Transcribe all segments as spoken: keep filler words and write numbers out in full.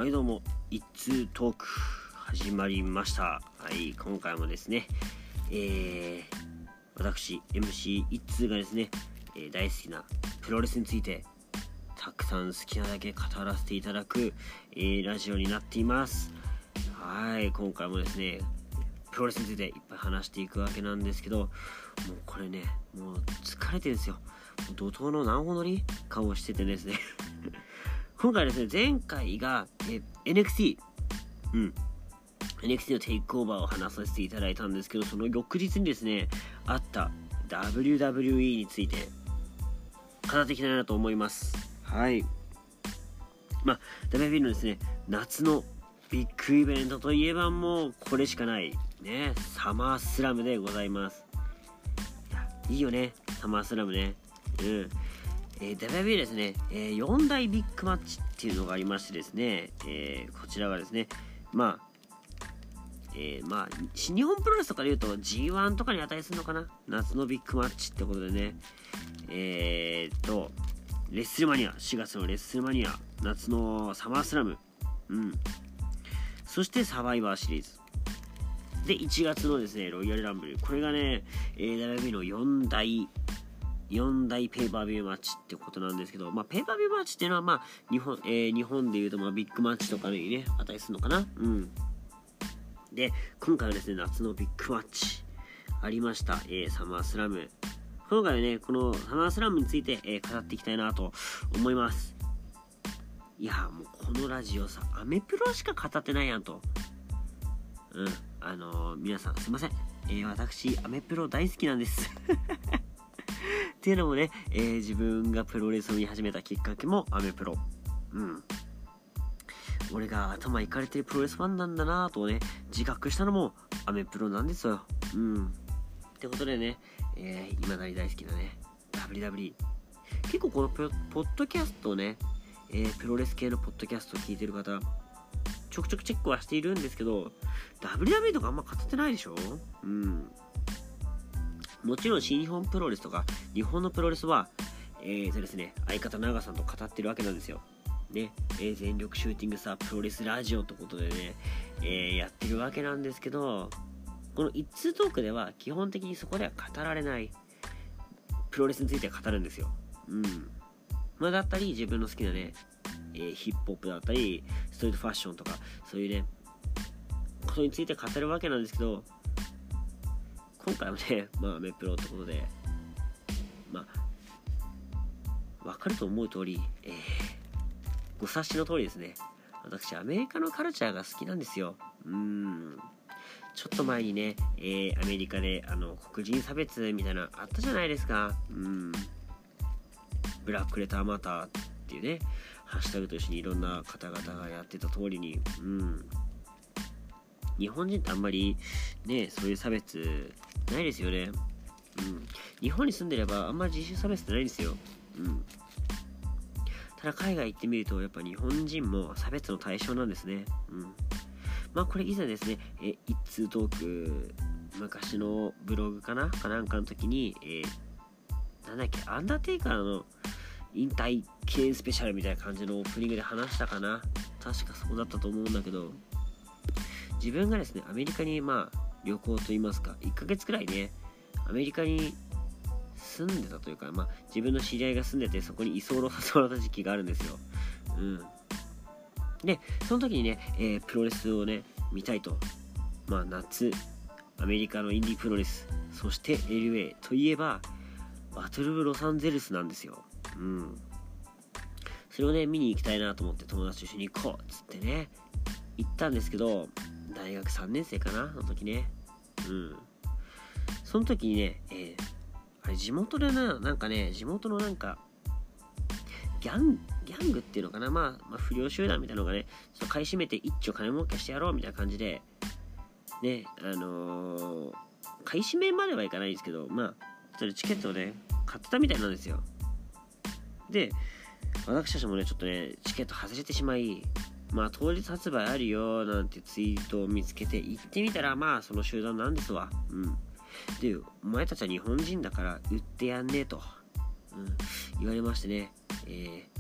はいどうも一通トーク始まりました。はい、今回もですね、えー、私 エムシー 一通がですね、えー、大好きなプロレスについてたくさん好きなだけ語らせていただく、えー、ラジオになっています。はい、今回もですねプロレスについていっぱい話していくわけなんですけど、もうこれねもう疲れてるんですよ。もう怒涛の何本乗り顔をしててですね今回ですね、前回がえ エヌエックスティー、うん、エヌエックスティー のテイクオーバーを話させていただいたんですけど、その翌日にですね、あった ダブリューダブリューイー について語っていきたいなと思います。はい。まあ、ダブリューダブリューイー のですね、夏のビッグイベントといえばもうこれしかない、ね、サマースラムでございます。いや、いいよね、サマースラムね。うん。えー、ダブリューダブリューイー ですね、えー、よん大ビッグマッチっていうのがありましてですね、えー、こちらがですね、まあ、えー、まあ、新日本プロレスとかでいうと ジーワン とかに値するのかな、夏のビッグマッチってことでね、えーっと、レッスルマニア、しがつのレッスルマニア、夏のサマースラム、うん、そしてサバイバーシリーズ。で、いちがつのですね、ロイヤルランブル。これがね、えー、ダブリューダブリューイー のよん大よん大ペーパービューマッチってことなんですけど、まあ、ペーパービューマッチっていうのは、まあ、日本、えー、日本でいうと、まあ、ビッグマッチとかにね、値するのかな。うん。で、今回はですね、夏のビッグマッチ、ありました。えー、サマースラム。今回はね、このサマースラムについて、えー、語っていきたいなと思います。いや、もうこのラジオさ、アメプロしか語ってないやんと。うん。あのー、皆さん、すいません。えー、私、アメプロ大好きなんです。っていうのもね、えー、自分がプロレスを見始めたきっかけもアメプロ。うん。俺が頭いかれてるプロレスファンなんだなぁとね、自覚したのもアメプロなんですよ。うん。ってことでね、えー、未だに大好きなね、ダブリューダブリューイー。結構このポッドキャストね、えー、プロレス系のポッドキャストを聞いてる方、ちょくちょくチェックはしているんですけど、ダブリューダブリューイー とかあんま語ってないでしょ？うん。もちろん新日本プロレスとか日本のプロレスは、えーとですね、相方長さんと語ってるわけなんですよ。ね、えー、全力シューティングスタープロレスラジオってことでね、えー、やってるわけなんですけど、この一通トークでは基本的にそこでは語られないプロレスについては語るんですよ。うん。まあだったり自分の好きなね、えー、ヒップホップだったりストリートファッションとかそういうねことについて語るわけなんですけど、今回はね、まあアメプロってことで、まあわかると思う通り、えー、ご察しの通りですね、私アメリカのカルチャーが好きなんですよ。うーんちょっと前にね、えー、アメリカであの黒人差別みたいなあったじゃないですか。うーんブラックレターマターっていうねハッシュタグと一緒にいろんな方々がやってた通りに、うん日本人ってあんまりねそういう差別ないですよね。うん。日本に住んでればあんまり人種差別ってないんですよ。うん。ただ海外行ってみるとやっぱ日本人も差別の対象なんですね。うん。まあこれ以前ですね、え一通トーク昔のブログかなかなんかの時に、えー、なんだっけアンダーテイカーの引退記念スペシャルみたいな感じのオープニングで話したかな。確かそうだったと思うんだけど。自分がですねアメリカにまあ旅行といいますかいっかげつくらいねアメリカに住んでたというか、まあ自分の知り合いが住んでてそこに居候させてもらった時期があるんですよ。うんでその時にね、えー、プロレスをね見たいと、まあ夏アメリカのインディープロレス、そして エルエー といえばバトルロサンゼルスなんですよ。うんそれをね見に行きたいなと思って友達と一緒に行こうっつってね行ったんですけど、大学さんねん生かなの時ね。うんその時にね、えー、あれ地元でななんかね地元のなんかギャンギャングっていうのかな、まあ、まあ不良集団みたいなのがねちょっと買い占めて一丁金儲けしてやろうみたいな感じでねあのー、買い占めまではいかないんですけど、まあそれチケットをね買ってたみたいなんですよ。で私たちもねちょっとねチケット外れてしまい、まあ当日発売あるよなんてツイートを見つけて行ってみたら、まあその集団なんですわ。うんでお前たちは日本人だから売ってやんねえと、うん、言われましてね、えー、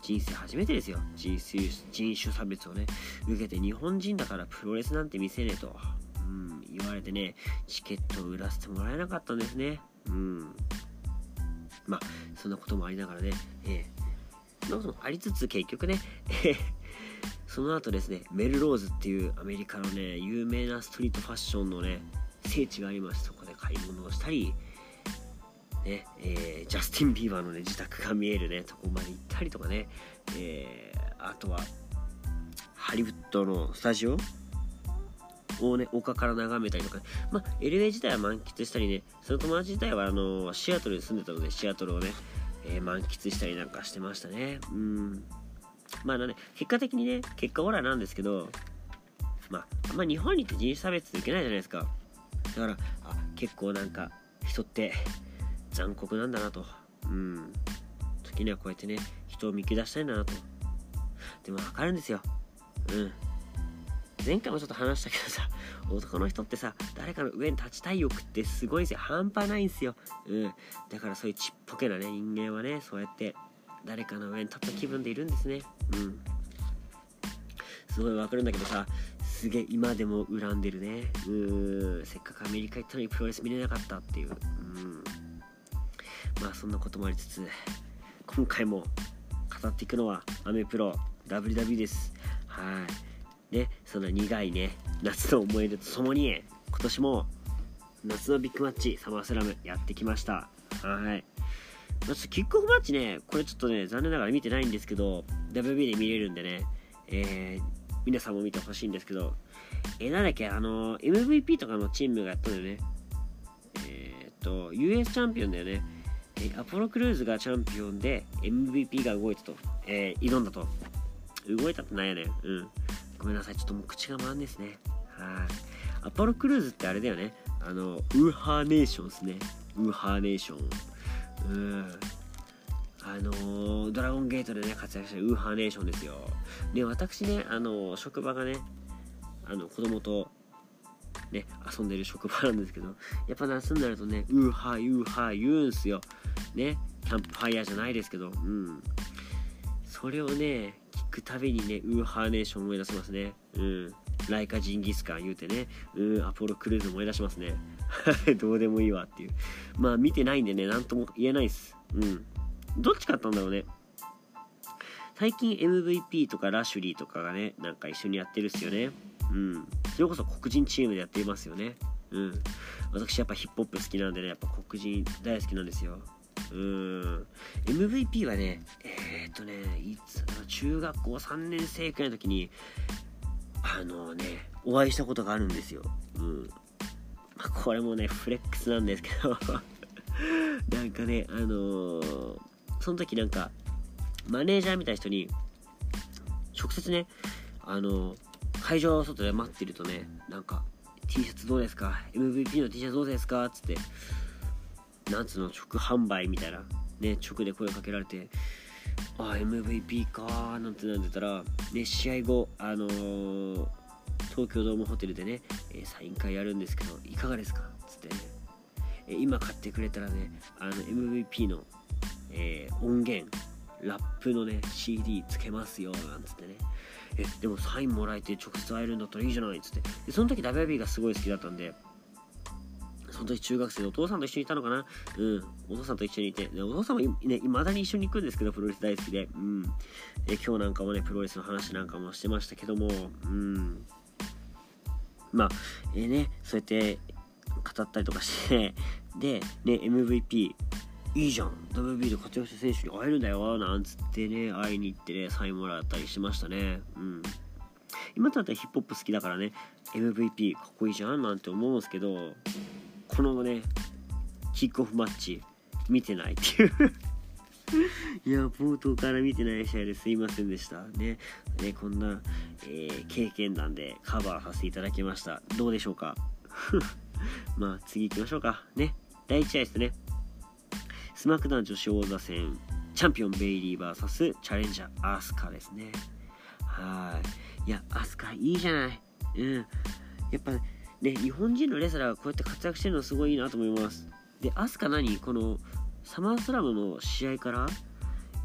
人生初めてですよ。人種人種差別をね受けて、日本人だからプロレスなんて見せねえと、うん、言われてね、チケットを売らせてもらえなかったんですね。うん、まあそんなこともありながらね、えー、そんなこともありつつ結局ねその後ですね、メルローズっていうアメリカのね有名なストリートファッションのね聖地があります。そこで買い物をしたりね、えー、ジャスティン・ビーバーの、ね、自宅が見えるねとこまで行ったりとかね、えー、あとはハリウッドのスタジオをね丘から眺めたりとか、ね、まあ エルエー 自体は満喫したりね、その友達自体はあのシアトルに住んでたのでシアトルをね、えー、満喫したりなんかしてましたね。うんまあね、結果的にね結果オラなんですけど、まああんま日本に行って人種差別って受けないじゃないですか。だからあ結構なんか人って残酷なんだなと、うん時にはこうやってね人を見下したいんだなと。でも分かるんですよ。うん前回もちょっと話したけどさ、男の人ってさ誰かの上に立ちたい欲ってすごいんですよ。半端ないんですよ。うんだからそういうちっぽけなね人間はねそうやって誰かの上に立った気分でいるんですね。うんすごい分かるんだけどさ、すげえ今でも恨んでるね。うーんせっかくアメリカ行ったのにプロレス見れなかったっていう。うんまあそんなこともありつつ、今回も語っていくのはアメプロ ダブリューダブリュー です。はいね、そんな苦いね夏の思い出とともに今年も夏のビッグマッチサマースラムやってきました。はいまあ、キックオフマッチね、これちょっとね残念ながら見てないんですけど ダブリューダブリュー で見れるんでね、えー、皆さんも見てほしいんですけど、えー、なんだっけあの エムブイピー とかのチームがやったんだよね。えー、っと ユーエス チャンピオンだよね。アポロクルーズがチャンピオンで エムブイピー が動いたと、えー、挑んだと。動いたってなんやねん。うんごめんなさいちょっともう口が回んですね。はいアポロクルーズってあれだよね、あのウーハーネーションですね。ウーハーネーションうんあのー、ドラゴンゲートでね活躍したウーハーネーションですよ。で私ねあのー、職場がねあの子供とね遊んでる職場なんですけど、やっぱ夏になるとねウーハーウーハー言うんすよね。キャンプファイヤーじゃないですけど、うんそれをね聞くたびにねウーハーネーション思い出しますね。うんライカジンギスカン言うてね、うんアポロクルーズ思い出しますね。どうでもいいわっていう。まあ見てないんでねなんとも言えないっす。うんどっち勝ったんだろうね。最近 エムブイピー とかラシュリーとかがねなんか一緒にやってるっすよね。うんそれこそ黒人チームでやっていますよね。うん私やっぱヒップホップ好きなんでねやっぱ黒人大好きなんですよ。うーん エムブイピー はねえー、っとねいつ中学校さんねん生くらいの時にあのねお会いしたことがあるんですよ。うんまあ、これもねフレックスなんですけどなんかねあのー、その時なんかマネージャーみたいな人に直接ねあのー、会場の外で待ってるとねなんか T シャツどうですか エムブイピー の T シャツどうですかつってなんつうの直販売みたいなね直で声かけられて、あ エムブイピー かーなんてなんでたらね試合後あのー、東京ドームホテルでね、えー、サイン会やるんですけどいかがですかつってね、えー、今買ってくれたらねあの エムブイピー の、えー、音源ラップのね シーディー つけますよなんつってね、えでもサインもらえて直接会えるんだったらいいじゃないっつって、でその時 ダブリューダブリュー がすごい好きだったんで、その時中学生でお父さんと一緒にいたのかな。うんお父さんと一緒にいて、でお父さんもねいまだに一緒に行くんですけどプロレス大好きで、うんえ今日なんかもねプロレスの話なんかもしてましたけども、うんまあえー、ねそうやって語ったりとかしてでね エムブイピー いいじゃん ダブリューダブリュー で活躍した選手に会えるんだよなんつってね会いに行ってねサインもらったりしましたね。うん今だったらヒップホップ好きだからね エムブイピー かっこいいじゃんなんて思うんですけど、このねキックオフマッチ見てないっていういや冒頭から見てない試合ですいませんでしたね。ねこんな、えー、経験談でカバーさせていただきました。どうでしょうかまあ次行きましょうかね。だいいち試合ですね。スマックダウン女子王座戦チャンピオンベイリー ブイエス チャレンジャーアスカですね。はいいやアスカいいじゃない。うんやっぱね日本人のレスラーがこうやって活躍してるのすごいいいなと思います。でアスカ何このサマースラムの試合から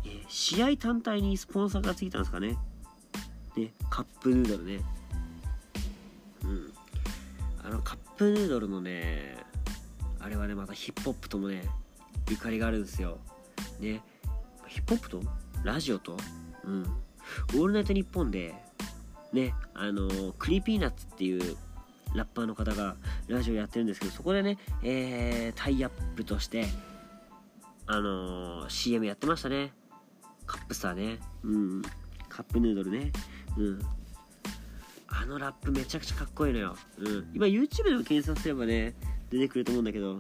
えー、試合単体にスポンサーがついたんですかね。ね、カップヌードルね。うん。あのカップヌードルのね、あれはね、またヒップホップともね、ゆかりがあるんですよ。ね、ヒップホップとラジオと、うん。オールナイトニッポンで、ね、あのー、クリーピーナッツっていうラッパーの方がラジオやってるんですけど、そこでね、えー、タイアップとして、あのー、シーエム やってましたね。カップスターね。うん。カップヌードルね。うん。あのラップめちゃくちゃかっこいいのよ。うん。今 YouTube でも検索すればね、出てくると思うんだけど、うん。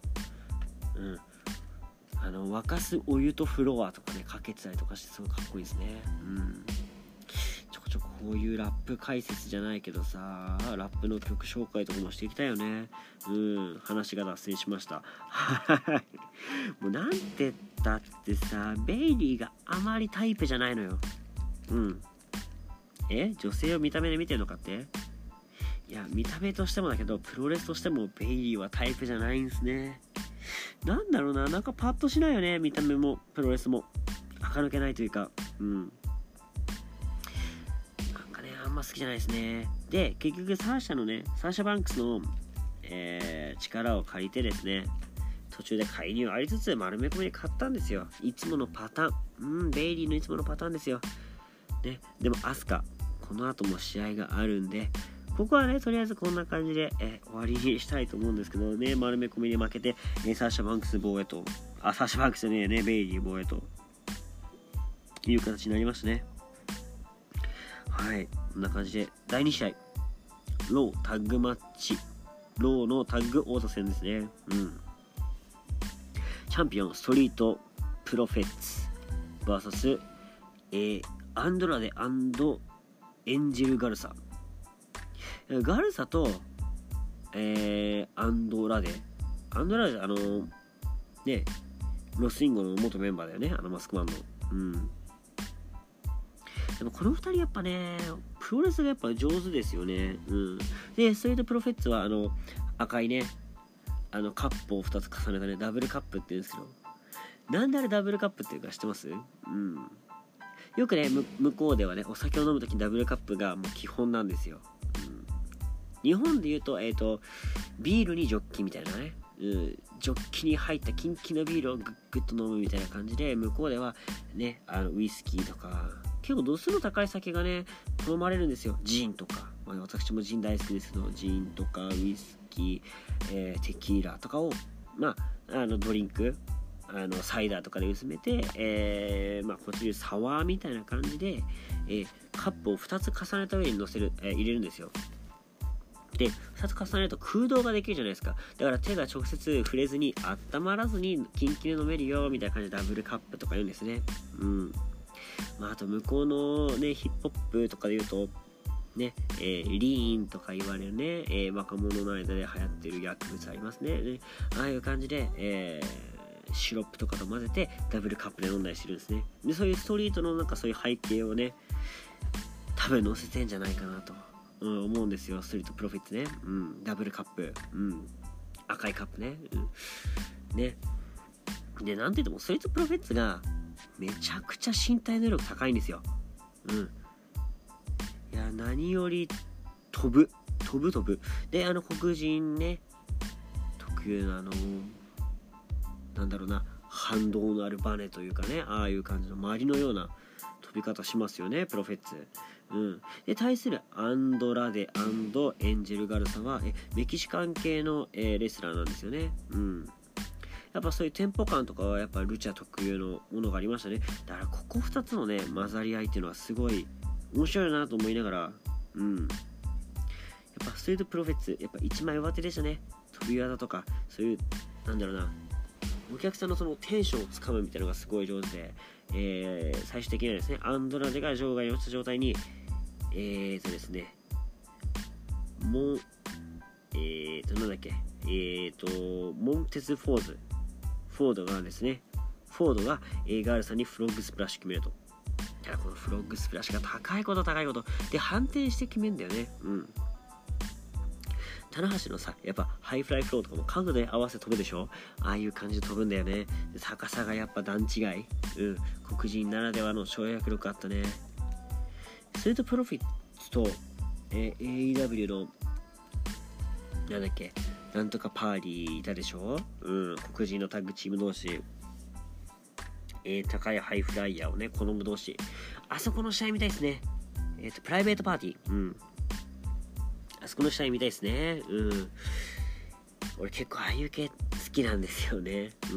あの、沸かすお湯とフロアとかね、かけてたりとかしてすごいかっこいいですね。うん。ちょこちょここういうラップ解説じゃないけどさ、ラップの曲紹介とかもしていきたいよね。うん。話が脱線しました。はい。もうなんて言ったってさ、ベイリーがあまりタイプじゃないのよ。うん。え、女性を見た目で見てるのかって？いや、見た目としてもだけど、プロレスとしてもベイリーはタイプじゃないんですね。なんだろうな、なんかパッとしないよね、見た目もプロレスも垢抜けないというか、うん。なんかね、あんま好きじゃないですね。で、結局サーシャのね、サーシャバンクスの、えー、力を借りてですね、途中で介入ありつつ丸め込みで買ったんですよ。いつものパターン、うん、ベイリーのいつものパターンですよ。ね、でもアスカ、この後も試合があるんで、ここはね、とりあえずこんな感じで、え終わりにしたいと思うんですけどね、丸め込みで負けて、えサーシャバンクス防衛と、あ、サーシャバンクスじゃねえね、ベイリー防衛という形になりましたね。はい、こんな感じで、だいに試合、ロータッグマッチ、ローのタッグ王座戦ですね。うん。チャンピオン、ストリートプロフェッツ ブイエス、えー、アンドラデ&エンジェルガルサ。ガルサと、えー、アンドラデ。アンドラデ、あのー、ね、ロスインゴの元メンバーだよね、あのマスクマンの。うん。でもこのふたりやっぱね、プロレスがやっぱ上手ですよね。うん。で、ストリートプロフェッツは、あの、赤いね、あの、カップをふたつ重ねたね、ダブルカップって言うんですけど、なんであれダブルカップっていうか知ってます？うん。よくね、向こうではね、お酒を飲むときにダブルカップがもう基本なんですよ。うん、日本で言うと、えっと、ビールにジョッキみたいなね、うん、ジョッキに入ったキンキンのビールをグッグッと飲むみたいな感じで、向こうではね、あのウイスキーとか、結構度数の高い酒がね、好まれるんですよ。ジンとか。まあ、私もジン大好きですけど、ジンとかウイスキー、えー、テキーラとかを、まあ、あのドリンク、あのサイダーとかで薄めて、えーまあ、こっちでサワーみたいな感じで、えー、カップをふたつ重ねた上に乗せる、えー、入れるんですよ。で、ふたつ重ねると空洞ができるじゃないですか。だから手が直接触れずに温まらずにキンキンで飲めるよみたいな感じでダブルカップとか言うんですね。うん。まあ、あと向こうのね、ヒップホップとかで言うとね、えー、リーンとか言われるね、えー、若者の間で流行ってる薬物ありますね。ね、ああいう感じで、えーシロップとかと混ぜてダブルカップで飲んだりしてるんですね。で、そういうストリートのなんかそういう背景をね、多分載せてんじゃないかなと、うん、思うんですよ。ストリートプロフィッツね、うん、ダブルカップ、うん、赤いカップね、うん、ね。で、なんて言ってもストリートプロフィッツがめちゃくちゃ身体能力高いんですよ。うん。いや、何より飛ぶ、飛ぶ飛ぶ。で、あの黒人ね、特有のあのなんだろうな、反動のあるバネというかね、ああいう感じの周りのような飛び方しますよね、プロフェッツ。うん。で、対するアンドラデ&エンジェルガルサはえメキシカン系の、えー、レスラーなんですよね。うん。やっぱそういうテンポ感とかはやっぱルチャ特有のものがありましたね。だからここふたつのね、混ざり合いっていうのはすごい面白いなと思いながら、うん。やっぱストリートプロフェッツ、やっぱ一枚上手でしたね。飛び技とか、そういう、なんだろうな、お客さんのそのテンションをつかむみたいなのがすごい上手で、えー、最終的にはですね、アンドラデが場外に落ちた状態に、えーとですね、もう、えーと、なんだっけ、えーと、モンテス・フォーズ、フォードがですね、フォードが、えー、ガールさんにフロッグスプラッシュ決めると。いや、このフロッグスプラッシュが高いこと高いこと。で、反転して決めるんだよね。うん。 棚橋のさ、やっぱハイフライフローとかも角度で合わせて飛ぶでしょ。ああいう感じで飛ぶんだよね。高さがやっぱ段違い。うん、黒人ならではの跳躍力あったね。ストリートプロフィットと、えー、エーイーダブリュー のなんだっけ、なんとかパーリーいたでしょ。うん、黒人のタッグチーム同士、えー、高いハイフライヤーをね好む同士、あそこの試合見たいですね。えっ、ー、とプライベートパーティー、うん、あそこの試合見たいですね。うん、俺結構ああいう系好きなんですよね。うん、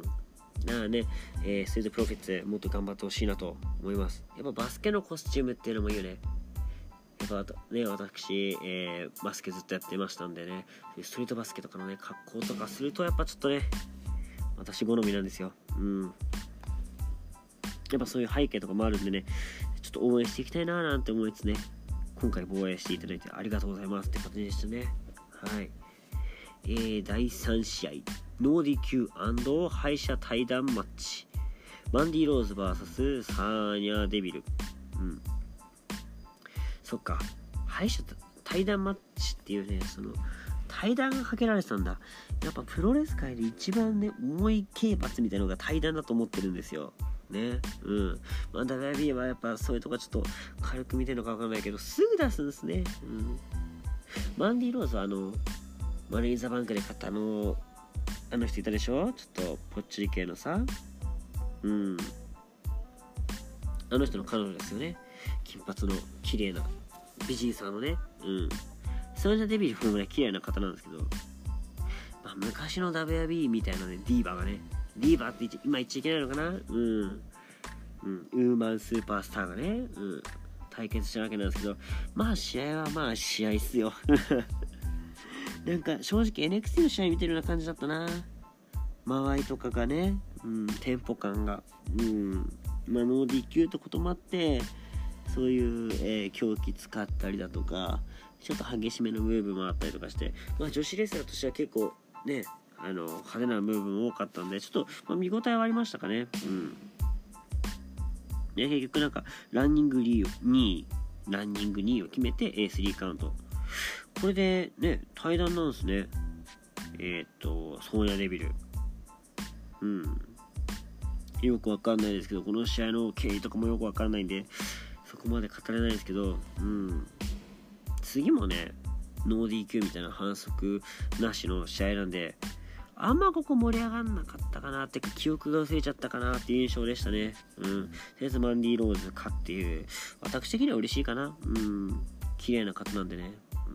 だからね、えー、ストリートプロフィッツもっと頑張ってほしいなと思います。やっぱバスケのコスチュームっていうのもいいよね。やっぱね、私、えー、バスケずっとやってましたんでね、ストリートバスケとかのね格好とかするとやっぱちょっとね私好みなんですよ。うん、やっぱそういう背景とかもあるんでね、ちょっと応援していきたいなーなんて思いつつね、今回防衛していただいてありがとうございますって感じでしたね。はい、えー、だいさん試合ノーディーキュー&敗者対談マッチ、マンディ・ローズ ブイエス サーニャ・デビル。うん、そっか、敗者対談マッチっていうね、その対談がかけられてたんだ。やっぱプロレス界で一番ね重い刑罰みたいなのが対談だと思ってるんですよね。うん、まあ ダブリューダブリューイー はやっぱそういうとこちょっと軽く見てるのか分かんないけどすぐ出すんですね。うん、マンディ・ローズはあのマネー・イン・ザ・バンクで買ったあのあの人いたでしょ、ちょっとぽっちり系のさ、うん、あの人の彼女ですよね。金髪の綺麗な美人さんのね、うん、サーニャ・デビル風ぐらい綺麗な方なんですけど、まあ、昔の ダブリューダブリューイー みたいなねディーバがね、ディーバって今言っちゃいけないのかな、うん、うん、ウーマンスーパースターがね、うん、対決したわけなんですけど、まあ試合はまあ試合っすよなんか正直 エヌエックスティー の試合見てるような感じだったな。間合いとかがね、うん、テンポ感が、うん、まあノーディー級とこともあってそういう、えー、狂気使ったりだとかちょっと激しめのムーブもあったりとかして、まあ女子レスラーとしては結構ね、あの派手なムーブも多かったんでちょっと、まあ、見応えはありましたかね。うん。ね、結局なんかランニングにいランニングにいを決めて エースリー カウント。これでね対談なんですね。えー、っとソーニャ・デビル。うん。よくわかんないですけどこの試合の経緯とかもよくわからないんでそこまで語れないですけど、うん。次もねノー ディーキュー みたいな反則なしの試合なんであんまここ盛り上がんなかったかなってか記憶が薄れちゃったかなっていう印象でしたね。うん。とりあえずマンディ・ローズかっていう私的には嬉しいかな。うん。綺麗な方なんでね。うん、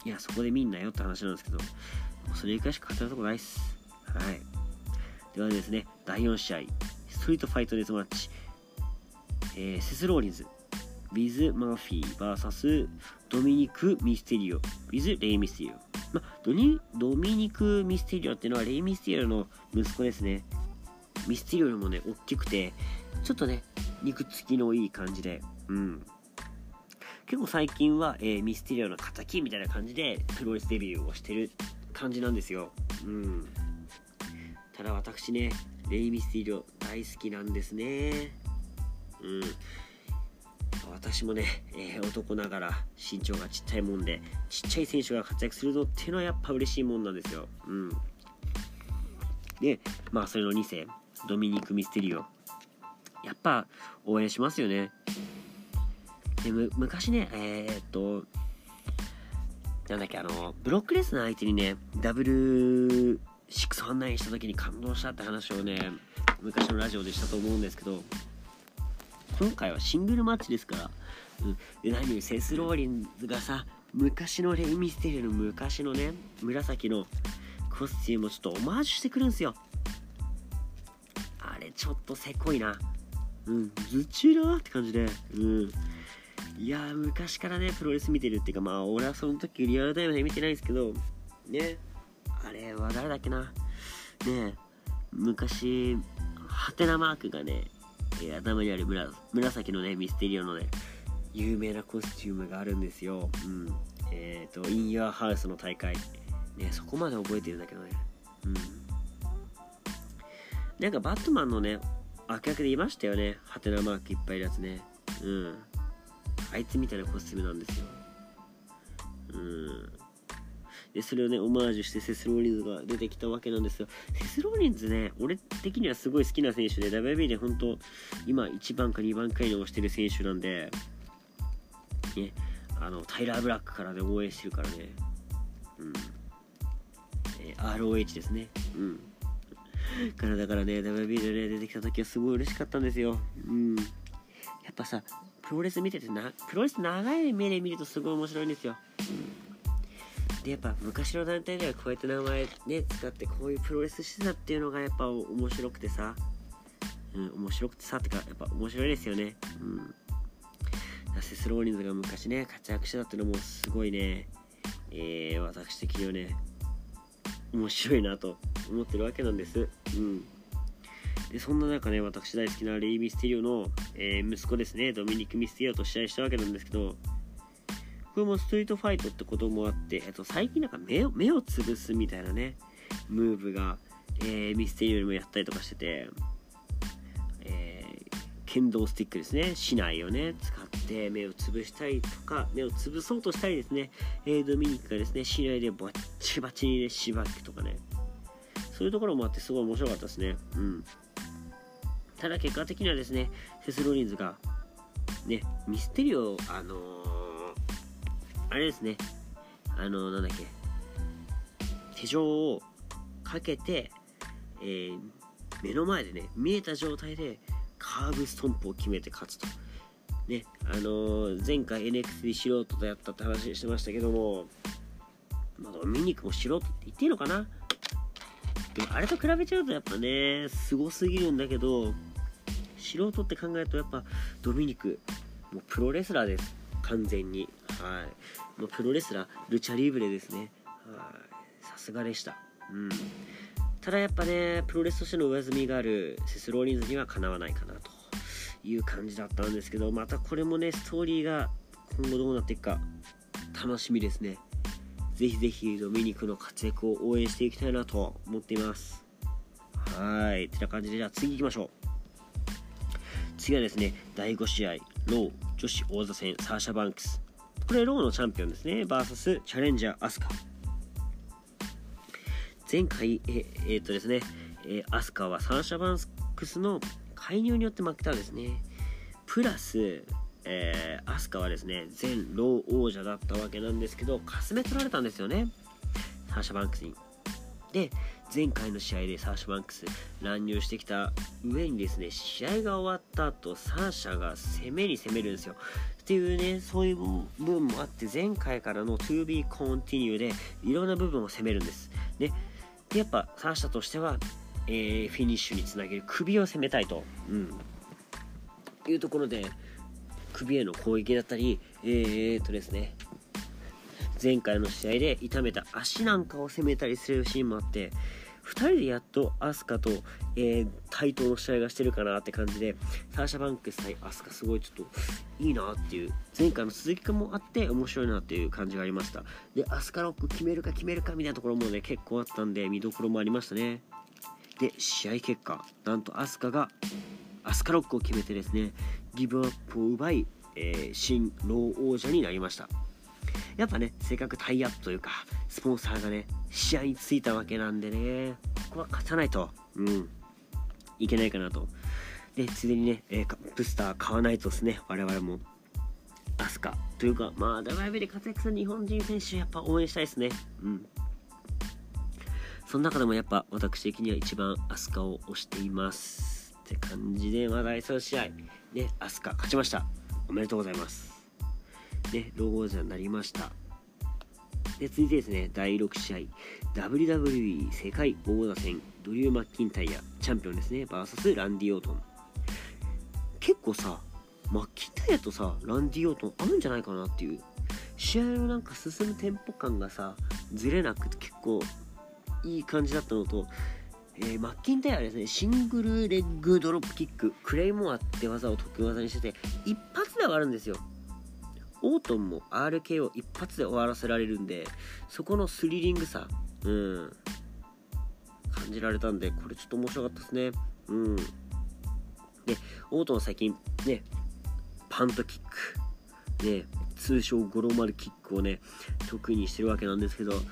いやそこで見んなよって話なんですけどそれ以外しか語るとこないっす。はい。ではですねだいよん試合ストリートファイトデスマッチ、えー、セス・ローリンズウィズ・マーフィー ブイエス ドミニク・ミステリオ ウィズ・レイ・ミステリオ、ま、ドニドミニク・ミステリオっていうのはレイ・ミステリオの息子ですね。ミステリオよりもね大きくてちょっとね肉付きのいい感じで、うん、結構最近は、えー、ミステリオの敵みたいな感じでプロレスデビューをしてる感じなんですよ。うん、ただ私ねレイ・ミステリオ大好きなんですね。うん、私もね、えー、男ながら身長がちっちゃいもんでちっちゃい選手が活躍するのっていうのはやっぱ嬉しいもんなんですよ。うん、でまあそれのに世ドミニク・ミステリオやっぱ応援しますよね。でむ昔ねえー、っとなんだっけあのブロックレスナー相手にねダブルろくじゅうきゅうした時に感動したって話をね昔のラジオでしたと思うんですけど今回はシングルマッチですから、うん、で何よりセス・ローリンズがさ昔のレイ・ミステリオの昔のね紫のコスチュームをちょっとオマージュしてくるんですよ。あれちょっとせこいな。うんズチラーって感じで、うんいやー昔からねプロレス見てるっていうかまあ俺はその時リアルタイムで見てないんですけどねあれは誰だっけなね昔ハテナマークがね頭にある紫のねミステリオのね有名なコスチュームがあるんですよ。うんえっ、ー、とイン・ユア・ハウスの大会ねそこまで覚えてるんだけどね。うんなんかバットマンのね悪役でいましたよねハテナマークいっぱいいるやつね。うんあいつみたいなコスチュームなんですよ。うんでそれをねオマージュしてセスローリンズが出てきたわけなんですよ。セスローリンズね、俺的にはすごい好きな選手で ダブリューダブリューイー で本当今いちばんかにばんくらいに推してる選手なんで、ね、あのタイラー・ブラックからね応援してるからね、うん、えー、アールオーエイチ ですね、うんからだからね ダブリューダブリューイー で、ね、出てきた時はすごい嬉しかったんですよ。うん、やっぱさプロレス見ててなプロレス長い目で見るとすごい面白いんですよ。うん、でやっぱ昔の団体ではこうやって名前ね使ってこういうプロレスしてたっていうのがやっぱ面白くてさ、うん、面白くてさってかやっぱ面白いですよね。うん、セスローリンズが昔ね活躍してたっていうのもすごいね、えー、私的にはね面白いなと思ってるわけなんです。うん、でそんな中ね、私大好きなレイ・ミステリオの、えー、息子ですね、ドミニク・ミステリオと試合したわけなんですけど、これもストリートファイトってこともあって、えっと、最近なんか目を目をつぶすみたいなねムーブが、えー、ミステリオにもやったりとかしてて、えー、剣道スティックですね、竹刀をね使って目をつぶしたりとか目をつぶそうとしたりですね、えー、ドミニクがですね竹刀でバッチバチにねしばくとかね、そういうところもあってすごい面白かったですね。うん。ただ結果的にはですね、セスローリンズがねミステリオあのー、あれですね、あのー、なんだっけ手錠をかけて、えー、目の前でね見えた状態でカーブストンプを決めて勝つとね、あのー、前回 エヌエックスディー 素人とやったって話してましたけども、まあ、ドミニクも素人って言っていいのかな。でもあれと比べちゃうとやっぱねすごすぎるんだけど、素人って考えるとやっぱドミニクもうプロレスラーです、完全に。はい、もうプロレスラールチャリーブレですね。はい、さすがでした。うん、ただやっぱねプロレスとしての上積みがあるセスローリンズにはかなわないかなという感じだったんですけど、またこれもねストーリーが今後どうなっていくか楽しみですね。ぜひぜひドミニクの活躍を応援していきたいなと思っています。はい、てな感じでじゃあ次行きましょう。次はですねだいご試合ロー女子王座戦サーシャバンクス、これローのチャンピオンですね ブイエス チャレンジャーアスカ。前回ええー、っとですね、えー、アスカはサーシャバンクスの介入によって負けたんですね。プラスえー、アスカはですね前ロー王者だったわけなんですけど、かすめ取られたんですよねサーシャバンクスに。で前回の試合でサーシャバンクス乱入してきた上にですね、試合が終わった後サーシャが攻めに攻めるんですよっていうね、そういう部分もあって前回からの To be continue でいろんな部分を攻めるんですね。でやっぱサーシャとしては、えー、フィニッシュにつなげる首を攻めたいと、うん、いうところで首への攻撃だったり、えーっとですね前回の試合で痛めた足なんかを攻めたりするシーンもあって、ふたりでやっとアスカと、えー、対等の試合がしてるかなって感じで、サーシャバンクス対アスカすごいちょっといいなっていう、前回の続きもあって面白いなっていう感じがありました。でアスカロック決めるか決めるかみたいなところもね結構あったんで見どころもありましたね。で試合結果なんとアスカがアスカロックを決めてですねギブアップを奪い、えー、新ロー王者になりました。やっぱねせっかくタイアップというかスポンサーがね試合についたわけなんでね、ここは勝たないとうんいけないかなと。でついでにね、えー、ブスター買わないとですね、我々もアスカというかまあ ダブリューダブリューイー で活躍する日本人選手やっぱ応援したいですね。うんその中でもやっぱ私的には一番アスカを推していますって感じで、まあ第さん試合ねアスカ勝ちました。おめでとうございますね、ロー王者になりました。で続いてですねだいろく試合 ダブリューダブリューイー 世界王座戦ドリュー・マッキンタイヤチャンピオンですね ブイエス ランディ・オートン。結構さマッキンタイヤとさランディ・オートン合うんじゃないかなっていう、試合のなんか進むテンポ感がさずれなくて結構いい感じだったのと、えー、マッキンタイヤはですねシングルレッグドロップキッククレイモアって技を得意技にしてて一発で終わるんですよ。オートンも アールケー を一発で終わらせられるんで、そこのスリリングさ、うん、感じられたんでこれちょっと面白かったですね。うんでオートンは最近ねパントキックね通称ゴロマルキックをね得意にしてるわけなんですけど、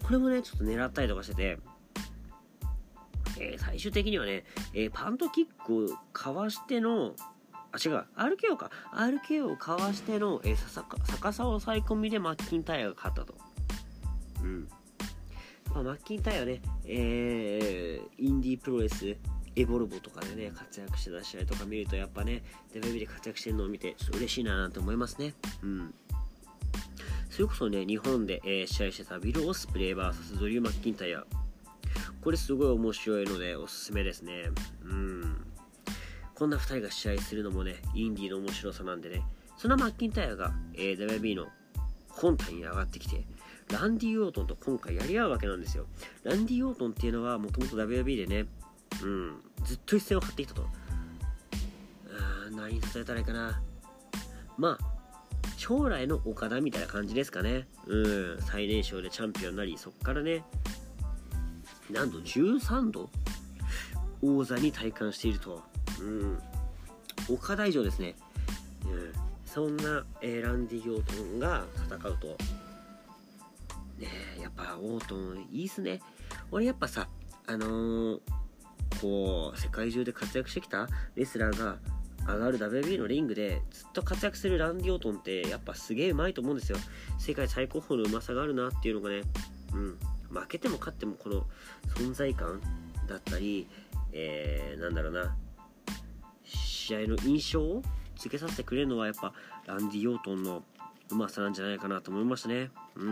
これもねちょっと狙ったりとかしてて、えー、最終的にはね、えー、パントキックをかわしてのあ違う アールケーオー か アールケーオー をかわしての、えー、さ逆さ抑え込みでマッキンタイヤが勝ったと。うん、まあ、マッキンタイヤはね、えー、インディープロレスエボルボとかでね活躍してた試合とか見るとやっぱね ダブリューダブリューイー で活躍してるのを見てちょっと嬉しいななんて思いますね。うん、それこそね日本で、えー、試合してたウィル・オスプレイ ブイエス ドリュー・マッキンタイヤ、これすごい面白いのでおすすめですね。うん、こんなふたりが試合するのもねインディーの面白さなんでね、そのマッキンタイヤが、えー、ダブリューダブリューイー の本体に上がってきてランディ・オートンと今回やり合うわけなんですよ。ランディ・オートンっていうのはもともと ダブリューダブリューイー でね、うん、ずっと一線を張ってきたと。あー何に伝えたらいいかな、まあ将来の岡田みたいな感じですかね。うん、最年少でチャンピオンになり、そっからねなんとじゅうさんど王座に体感していると。うん、岡田以上ですね。うん、そんな、えー、ランディ・オートンが戦うとね、やっぱオートンいいっすね。俺やっぱさあのー、こう世界中で活躍してきたレスラーが上がる ダブリューダブリューイー のリングでずっと活躍するランディ・オートンってやっぱすげえうまいと思うんですよ。世界最高峰のうまさがあるなっていうのがね、うん、負けても勝ってもこの存在感だったり、えー、なんだろうな試合の印象をつけさせてくれるのはやっぱランディ・オートンのうまさなんじゃないかなと思いましたね。うん、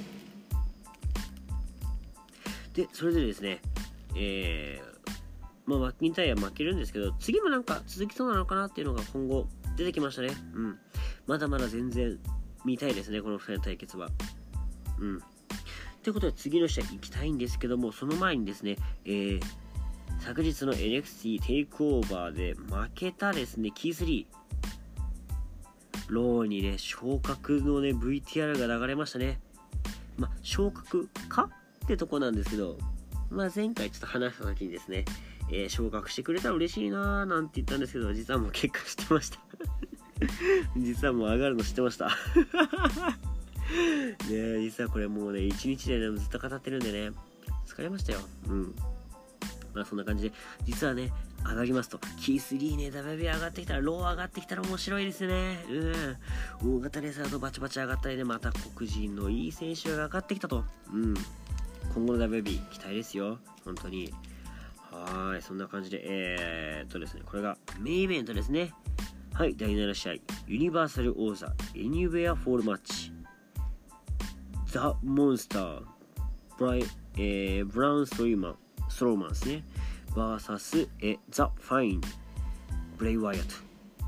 でそれでですね、えーまあ、マッキンタイヤ負けるんですけど次もなんか続きそうなのかなっていうのが今後出てきましたね。うん、まだまだ全然見たいですねこのふたりの対決は。うんということで次の試合行きたいんですけども、その前にですね、えー、昨日の エヌエックスティー テイクオーバーで負けたですねキースリーローにね昇格のね ブイティーアール が流れましたね。まあ昇格かってとこなんですけど、まあ前回ちょっと話した時にですね、えー、昇格してくれたら嬉しいなーなんて言ったんですけど、実はもう結果知ってました実はもう上がるの知ってましたねえ、実はこれもうね一日でねずっと語ってるんでね疲れましたよ。うんまあそんな感じで実はね上がりますとキースリーね ダブリューダブリューイー 上がってきたらロー上がってきたら面白いですね。うん大型レスラーとバチバチ上がったりで、また黒人のいい選手が上がってきたと。うん今後の ダブリューダブリューイー 期待ですよ本当に。はい、そんな感じで、えー、っとですね、これがメインイベントですね。はい、だいなな試合、ユニバーサル王座、エニウェアフォールマッチ、ザ・モンスター、ブライ、えー、ブラウンストリーマン、ストローマンですね、バーサス、えザ・ファイン、ブレイ・ワイアット。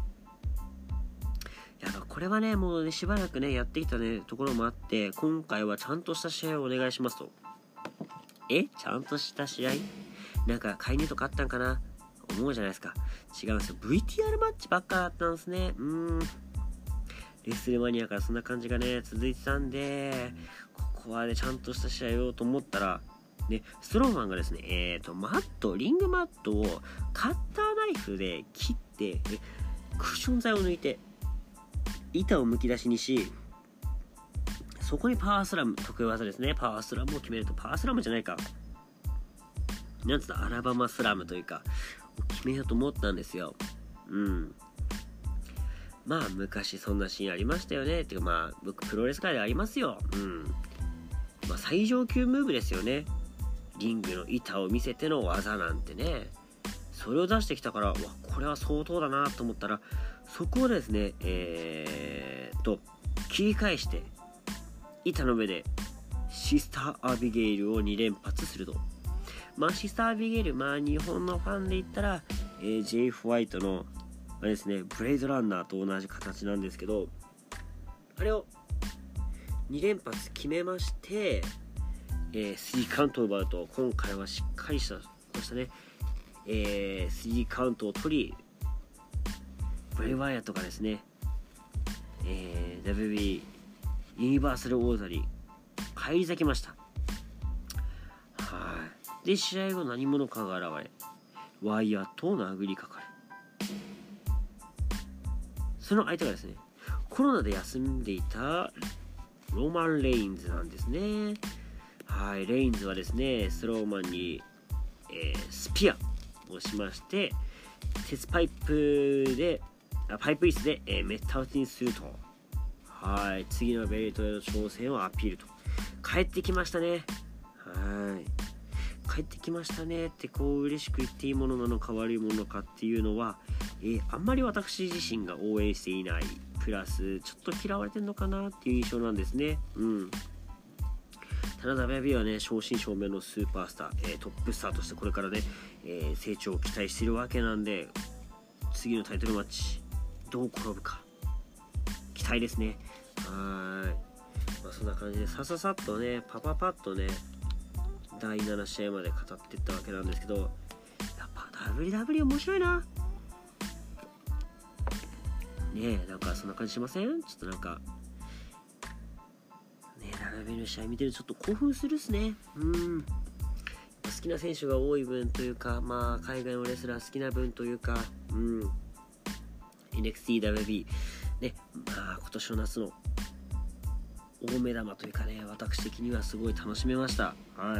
やっぱこれはね、もうね、しばらくね、やってきたね、ところもあって、今回はちゃんとした試合をお願いしますと。えちゃんとした試合なんか介入とかあったんかな思うじゃないですか。違うんですよ。ブイティーアール マッチばっかだったんですね。うーん。レスルマニアからそんな感じがね、続いてたんで、ここはね、ちゃんとした試合をと思ったら、ね、ストローマンがですね、えーと、マット、リングマットをカッターナイフで切って、クッション材を抜いて、板をむき出しにし、そこにパワースラム、得意技ですね。パワースラムを決めると、パワースラムじゃないか。なんつったアラバマスラムというか決めようと思ったんですよ。うんまあ昔そんなシーンありましたよね。ってかまあ僕プロレス界でありますよ。うんまあ最上級ムーブですよね。リングの板を見せての技なんてね、それを出してきたからわこれは相当だなと思ったら、そこをですねえー、っと切り返して板の上でシスターアビゲイルをに連発すると。まあシスターアビゲイル、まあ日本のファンで言ったら、えー、ジェイフ・ホワイトのあれですね、ブレードランナーと同じ形なんですけど、あれをに連発決めまして、えー、スリーカウントを奪うと、今回はしっかりしたましたね、えー、スリーカウントを取り、ブレイワイヤーとかですね、えー、ダブリューダブリューイー ユニバーサル王座に返り咲きました。はいで試合後何者かが現れ、ワイヤーと殴りかかる。その相手がですね、コロナで休んでいたローマン・レインズなんですね。 はい、レインズはですねスローマンに、えー、スピアをしまして、鉄パイプであパイプ椅子で、えー、メッタウティンすると、はい、次のベルトへの挑戦をアピールと。帰ってきましたね。はい帰ってきましたねってこう嬉しく言っていいものなのか悪いものかっていうのは、えー、あんまり私自身が応援していない、プラスちょっと嫌われてるのかなっていう印象なんですね。うんただ ダブリューダブリューイー はね正真正銘のスーパースター、えー、トップスターとしてこれからね、えー、成長を期待しているわけなんで、次のタイトルマッチどう転ぶか期待ですね。はい、まあ、そんな感じでさささっとねパパパッとねだいなな試合まで語っていったわけなんですけど、やっぱ ダブリューダブリューイー 面白いなねえ。なんかそんな感じしません？ちょっとなんかね ダブリューダブリューイー の試合見てるとちょっと興奮するっすね。うん好きな選手が多い分というか、まあ海外のレスラー好きな分というか、うん エヌエックスティー ダブリューダブリューイー ね、まあ今年の夏の大目玉というかね、私的にはすごい楽しめました。はい。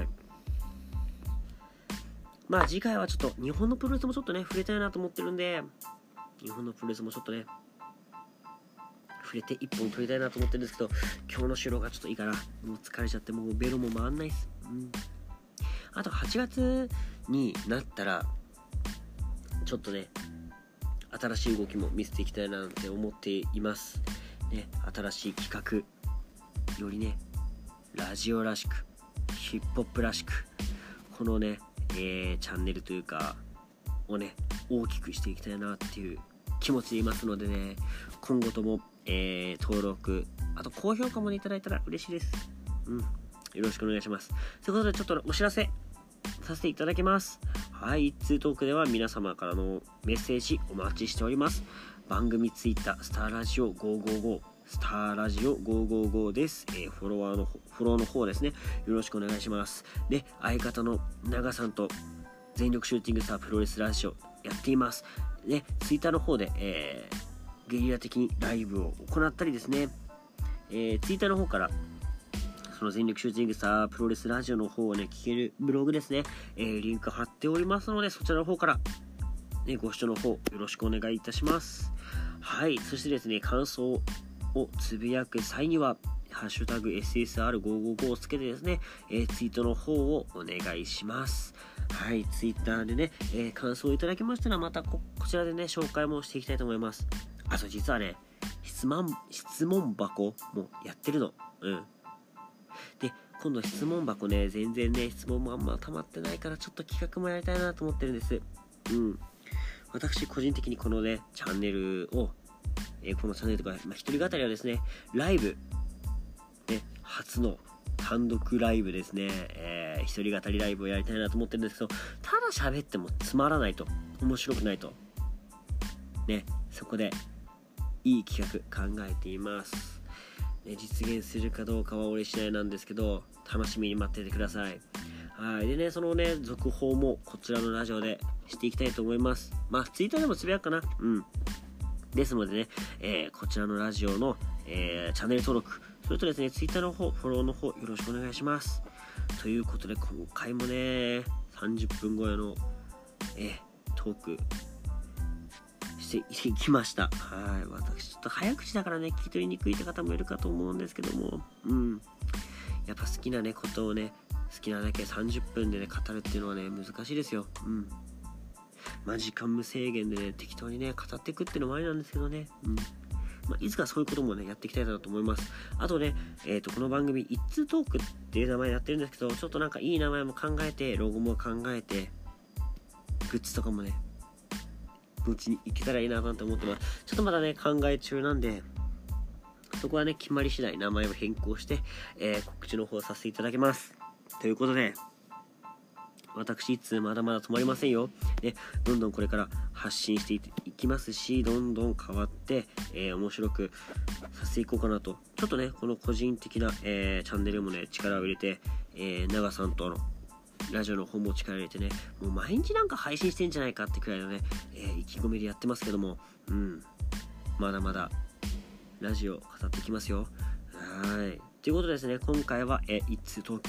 まあ次回はちょっと日本のプロレスもちょっとね触れたいなと思ってるんで、日本のプロレスもちょっとね触れて一本取りたいなと思ってるんですけど、今日の収録がちょっといいかな。もう疲れちゃってもうベロも回んないっす。うん。あとはちがつになったらちょっとね新しい動きも見せていきたいななんて思っていますね。新しい企画、よりねラジオらしくヒップホップらしくこのね、えー、チャンネルというかをね大きくしていきたいなっていう気持ちでいますのでね、今後とも、えー、登録あと高評価も、ね、いただいたら嬉しいです。うん、よろしくお願いします。ということでちょっとお知らせさせていただきます。はい、一通トークでは皆様からのメッセージお待ちしております。番組ツイッタースターラジオごーごーごースターラジオごーごーごーです、えー、フォロワーのフォローの方ですね、よろしくお願いします。で、相方の長さんと全力シューティングスタープロレスラジオやっています。で、ツイッターの方で、えー、ゲリラ的にライブを行ったりですね、えー、ツイッターの方からその全力シューティングスタープロレスラジオの方をね聞けるブログですね、えー、リンク貼っておりますので、そちらの方から、ね、ご視聴の方よろしくお願いいたします。はい、そしてですね、感想をつぶやく際にはハッシュタグ エスエスアールごーごーごー をつけてですね、えー、ツイートの方をお願いします。はい、ツイッターでね、えー、感想をいただきましたらまた こ, こちらでね紹介もしていきたいと思います。あと実はね質問質問箱もやってるの。うんで、今度質問箱ね全然ね質問もあんま溜まってないからちょっと企画もやりたいなと思ってるんです。うん私個人的にこのねチャンネルを、えー、このチャンネルとか、まあ、一人語りはですねライブ、ね、初の単独ライブですね、えー、一人語りライブをやりたいなと思ってるんですけど、ただ喋ってもつまらないと面白くないとね、そこでいい企画考えています、ね、実現するかどうかは俺次第なんですけど楽しみに待っててください。はいでねそのね続報もこちらのラジオでしていきたいと思います。まあツイッターでもつぶやくかな。うんですのでね、えー、こちらのラジオの、えー、チャンネル登録それとですねツイッターの方フォローの方よろしくお願いします。ということで今回もねさんじゅっぷん超えの、えー、トークしていきました。はい私ちょっと早口だからね聞き取りにくいって方もいるかと思うんですけども、うんやっぱ好きなねことをね好きなだけさんじゅっぷんでね語るっていうのはね難しいですよ。うんまあ時間無制限でね適当にね語っていくっていうのもありなんですけどね、うんまあ、いつかそういうこともねやっていきたいなと思います。あとね、えー、とこの番組一通トークっていう名前やってるんですけど、ちょっとなんかいい名前も考えてロゴも考えてグッズとかもねうちに行けたらいいななんて思ってます。ちょっとまだね考え中なんでそこはね決まり次第名前を変更して、えー、告知の方させていただきます。ということで私いつまだまだ止まりませんよ、ね、どんどんこれから発信していきますしどんどん変わって、えー、面白くさせていこうかなと。ちょっとねこの個人的な、えー、チャンネルもね力を入れて、えー、長さんとのラジオの方も力を入れてねもう毎日なんか配信してんじゃないかってくらいのね、えー、意気込みでやってますけども、うんまだまだラジオ語っていきますよ。はいということでですね今回は、えー、一通トーク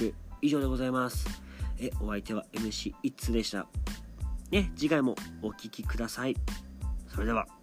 以上でございます。えお相手は エムシー 一通でした。ね、次回もお聞きください。それでは。